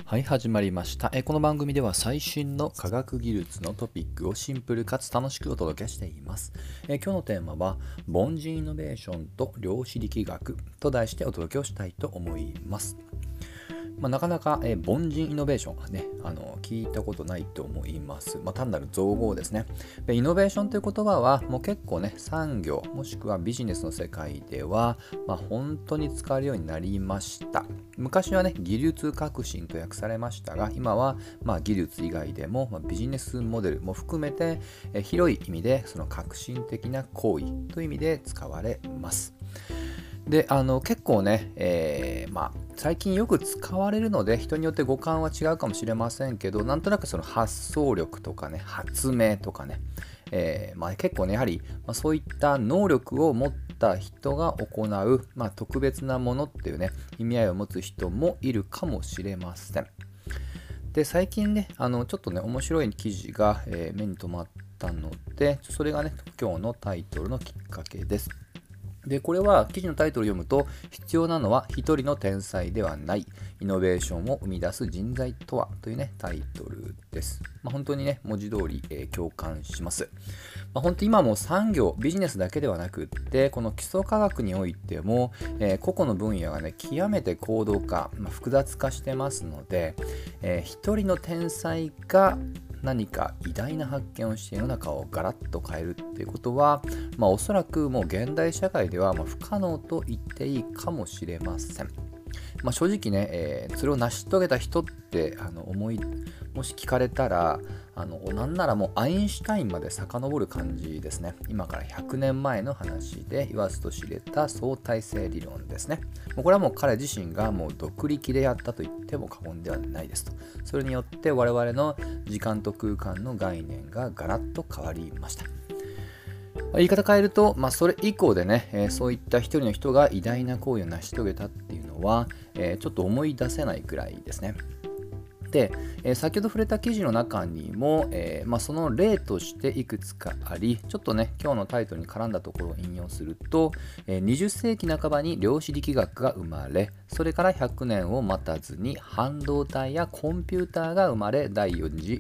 はい、始まりました。この番組では最新の科学技術のトピックをシンプルかつ楽しくお届けしています。今日のテーマは凡人イノベーションと量子力学と題してお届けをしたいと思います。なかなか、凡人イノベーションはね、聞いたことないと思います。単なる造語ですね。イノベーションという言葉はもう結構ね、産業もしくはビジネスの世界では、本当に使われるようになりました。昔はね、技術革新と訳されましたが、今は技術以外でも、ビジネスモデルも含めて、広い意味でその革新的な行為という意味で使われます。で結構ね、最近よく使われるので人によって語感は違うかもしれませんけど、なんとなくその発想力とかね、発明とかね、結構ねやはり、そういった能力を持った人が行う、特別なものっていうね意味合いを持つ人もいるかもしれません。で最近ねちょっとね面白い記事が、目に留まったので、それがね今日のタイトルのきっかけです。でこれは記事のタイトルを読むと、必要なのは一人の天才ではない、イノベーションを生み出す人材とはというねタイトルです。本当にね文字通り、共感します。本当今も産業ビジネスだけではなくって、この基礎科学においても、個々の分野がね極めて高度化、複雑化してますので、一人の天才が何か偉大な発見をして世の中をガラッと変えるっていうことは、おそらくもう現代社会では不可能と言っていいかもしれません。正直ね、それを成し遂げた人ってもし聞かれたらなんならもうアインシュタインまで遡る感じですね。今から100年前の話で言わずと知れた相対性理論ですね。もうこれはもう彼自身がもう独力でやったと言っても過言ではないですと。それによって我々の時間と空間の概念がガラッと変わりました。言い方変えると、それ以降でね、そういった一人の人が偉大な行為を成し遂げたっていうのは、ちょっと思い出せないくらいですね。で、先ほど触れた記事の中にも、その例としていくつかあり、ちょっとね今日のタイトルに絡んだところを引用すると、20世紀半ばに量子力学が生まれ、それから100年を待たずに半導体やコンピューターが生まれ、第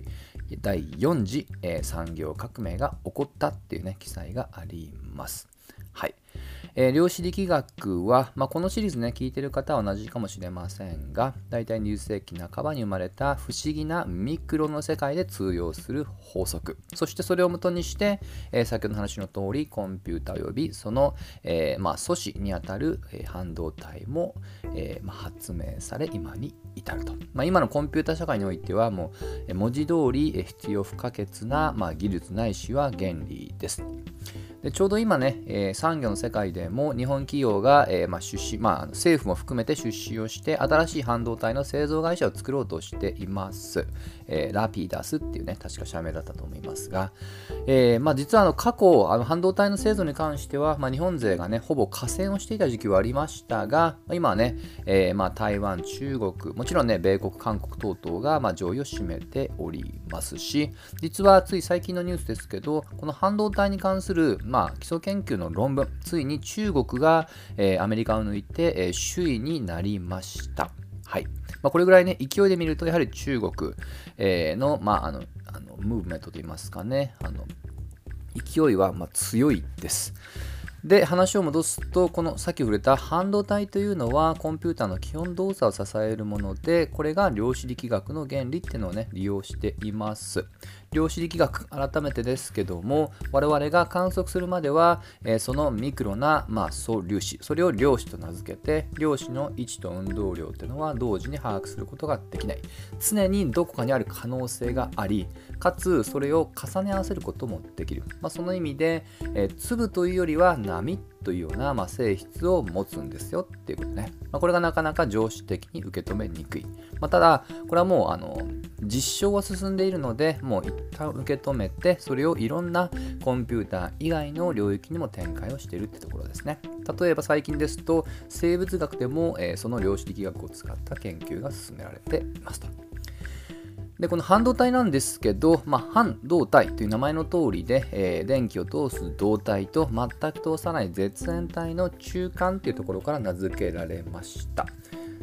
4次、産業革命が起こったっていうね記載があります。はい。量子力学は、このシリーズね聞いてる方は同じかもしれませんが、だいたい20世紀半ばに生まれた不思議なミクロの世界で通用する法則、そしてそれを元にして、先ほどの話の通りコンピューターおよびその、素子にあたる、半導体も、発明され今に至ると。今のコンピューター社会においてはもう文字通り必要不可欠な、技術ないしは原理です。でちょうど今ね、産業の世界でも日本企業が、政府も含めて出資をして新しい半導体の製造会社を作ろうとしています。ラピダスっていうね確か社名だったと思いますが、実は過去半導体の製造に関しては、日本勢がねほぼ寡占をしていた時期はありましたが、今はね、台湾、中国、もちろんね米国、韓国等々が上位を占めておりますし、実はつい最近のニュースですけど、この半導体に関する基礎研究の論文、ついに中国が、アメリカを抜いて、首位になりました。はい。これぐらいね勢いで見るとやはり中国、のムーブメントといいますかね、勢いは強いです。で話を戻すと、このさっき触れた半導体というのはコンピューターの基本動作を支えるもので、これが量子力学の原理っていうのをね利用しています。量子力学、改めてですけども、我々が観測するまでは、そのミクロな、素粒子、それを量子と名付けて、量子の位置と運動量というのは同時に把握することができない。常にどこかにある可能性があり、かつそれを重ね合わせることもできる。その意味で、粒というよりは波というような、性質を持つんですよっていうことね。これがなかなか常識的に受け止めにくい。ただこれはもう実証は進んでいるので、もう一旦受け止めて、それをいろんなコンピューター以外の領域にも展開をしているってところですね。例えば最近ですと生物学でも、その量子力学を使った研究が進められていますと。でこの半導体なんですけど、半導体という名前の通りで、電気を通す導体と全く通さない絶縁体の中間というところから名付けられました。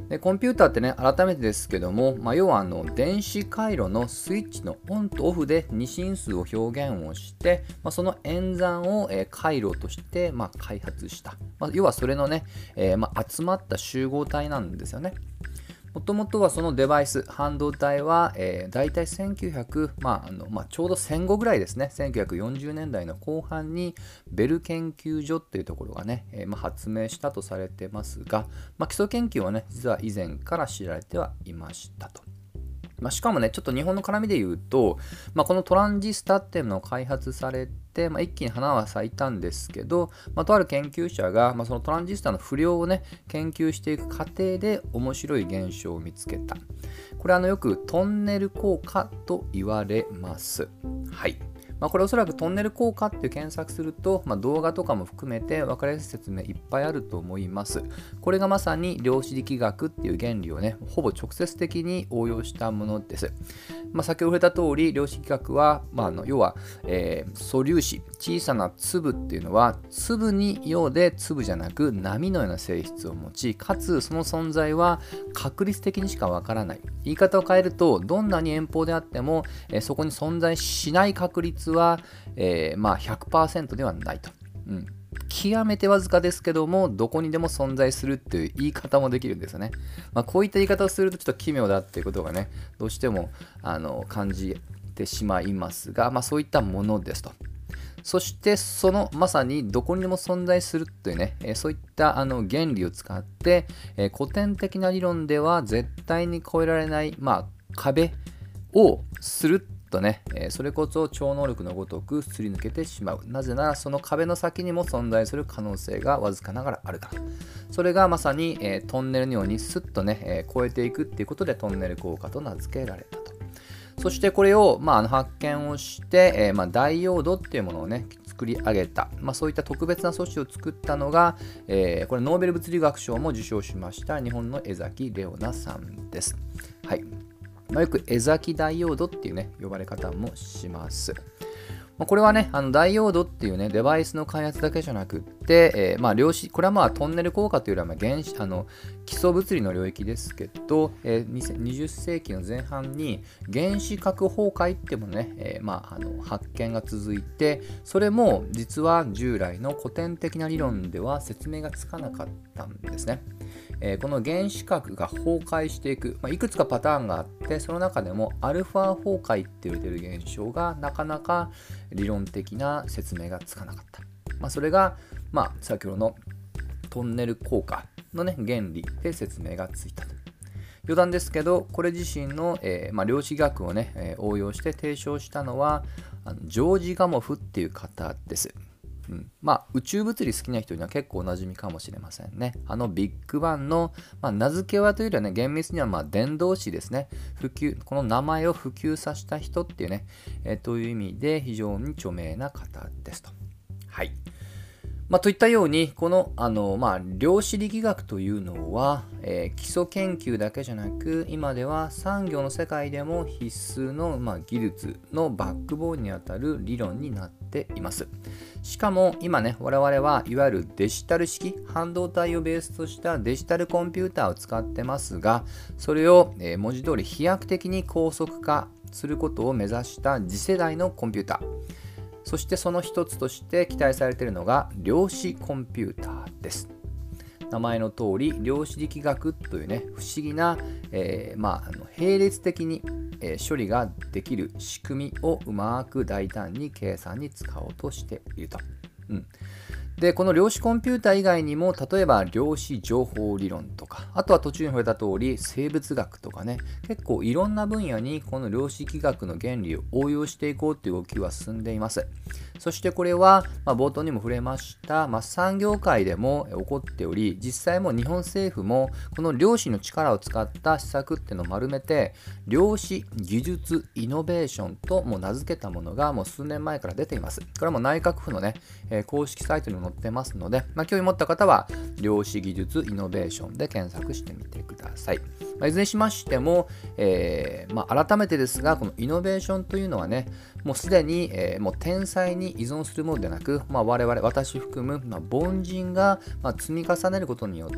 でコンピューターってね、改めてですけども、要は電子回路のスイッチのオンとオフで二進数を表現をして、その演算を、回路として、開発した、要はそれのね、集まった集合体なんですよね。もともとはそのデバイス、半導体は、大体1900、ちょうど戦後ぐらいですね、1940年代の後半にベル研究所っていうところがね、発明したとされてますが、基礎研究はね、実は以前から知られてはいましたと。しかもね、ちょっと日本の絡みで言うと、このトランジスタっていうのを開発されて、一気に花は咲いたんですけど、とある研究者が、そのトランジスタの不良をね、研究していく過程で面白い現象を見つけた。これよくトンネル効果と言われます。はい。これおそらくトンネル効果って検索すると、動画とかも含めて分かりやすい説明いっぱいあると思います。これがまさに量子力学っていう原理をね、ほぼ直接的に応用したものです。先ほど触れた通り、量子力学は、要は、素粒子、小さな粒っていうのは、粒にようで粒じゃなく波のような性質を持ち、かつその存在は確率的にしかわからない。言い方を変えると、どんなに遠方であっても、そこに存在しない確率は、100% ではないと。極めてわずかですけども、どこにでも存在するっていう言い方もできるんですよね。こういった言い方をするとちょっと奇妙だっていうことがね、どうしても感じてしまいますが、そういったものですと。そしてそのまさにどこにでも存在するというね、そういった原理を使って、古典的な理論では絶対に越えられない、壁をするとね、それこそ超能力のごとくすり抜けてしまう。なぜならその壁の先にも存在する可能性がわずかながらあるから。それがまさに、トンネルのようにスッとね、越えていくっていうことでトンネル効果と名付けられたと。そしてこれを、発見をして、ダイオードっていうものをね、作り上げた、そういった特別な素子を作ったのが、これノーベル物理学賞も受賞しました日本の江崎レオナさんです。はい。よく江崎ダイオードっていうね、呼ばれ方もします。これはね、ダイオードっていうね、デバイスの開発だけじゃなくって、量子、これはトンネル効果というよりは原子、基礎物理の領域ですけど、20世紀の前半に原子核崩壊っていうものね、発見が続いて、それも実は従来の古典的な理論では説明がつかなかったんですね。この原子核が崩壊していく、いくつかパターンがあって、その中でもアルファ崩壊って言われている現象がなかなか理論的な説明がつかなかった。それが、先ほどのトンネル効果のね、原理で説明がついたと。余談ですけど、これ自身の、量子学をね、応用して提唱したのはジョージ・ガモフっていう方です。宇宙物理好きな人には結構おなじみかもしれませんね。ビッグバンの、名付け親というよりはね、厳密には伝道師ですね。この名前を普及させた人っていうね、という意味で非常に著名な方ですと。はい。といったように、この量子力学というのは、基礎研究だけじゃなく、今では産業の世界でも必須の、技術のバックボーンにあたる理論になっています。しかも今ね、我々はいわゆるデジタル式、半導体をベースとしたデジタルコンピューターを使ってますが、それを、文字通り飛躍的に高速化することを目指した次世代のコンピューター。そしてその一つとして期待されているのが量子コンピューターです。名前の通り量子力学というね、不思議な、並列的に、処理ができる仕組みをうまく大胆に計算に使おうとしていると。で、この量子コンピューター以外にも、例えば量子情報理論とか、あとは途中に触れた通り生物学とかね、結構いろんな分野にこの量子力学の原理を応用していこうという動きは進んでいます。そしてこれは、冒頭にも触れました、産業界でも起こっており、実際も日本政府もこの量子の力を使った施策っていうのを丸めて、量子技術イノベーションとも名付けたものがもう数年前から出ています。これはもう内閣府のね、公式サイトにも載ってますので、興味持った方は量子技術イノベーションで検索してみてください。 いずれにしましても、改めてですが、このイノベーションというのはね、もうすでに、もう天才に依存するものではなく、我々、私含む、凡人が、積み重ねることによって、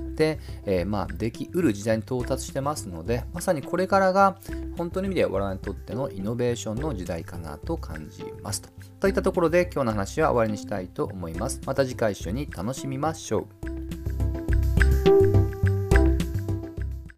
できうる時代に到達してますので、まさにこれからが本当の意味で我々にとってのイノベーションの時代かなと感じますといったところで今日の話は終わりにしたいと思います。また次回一緒に楽しみましょう。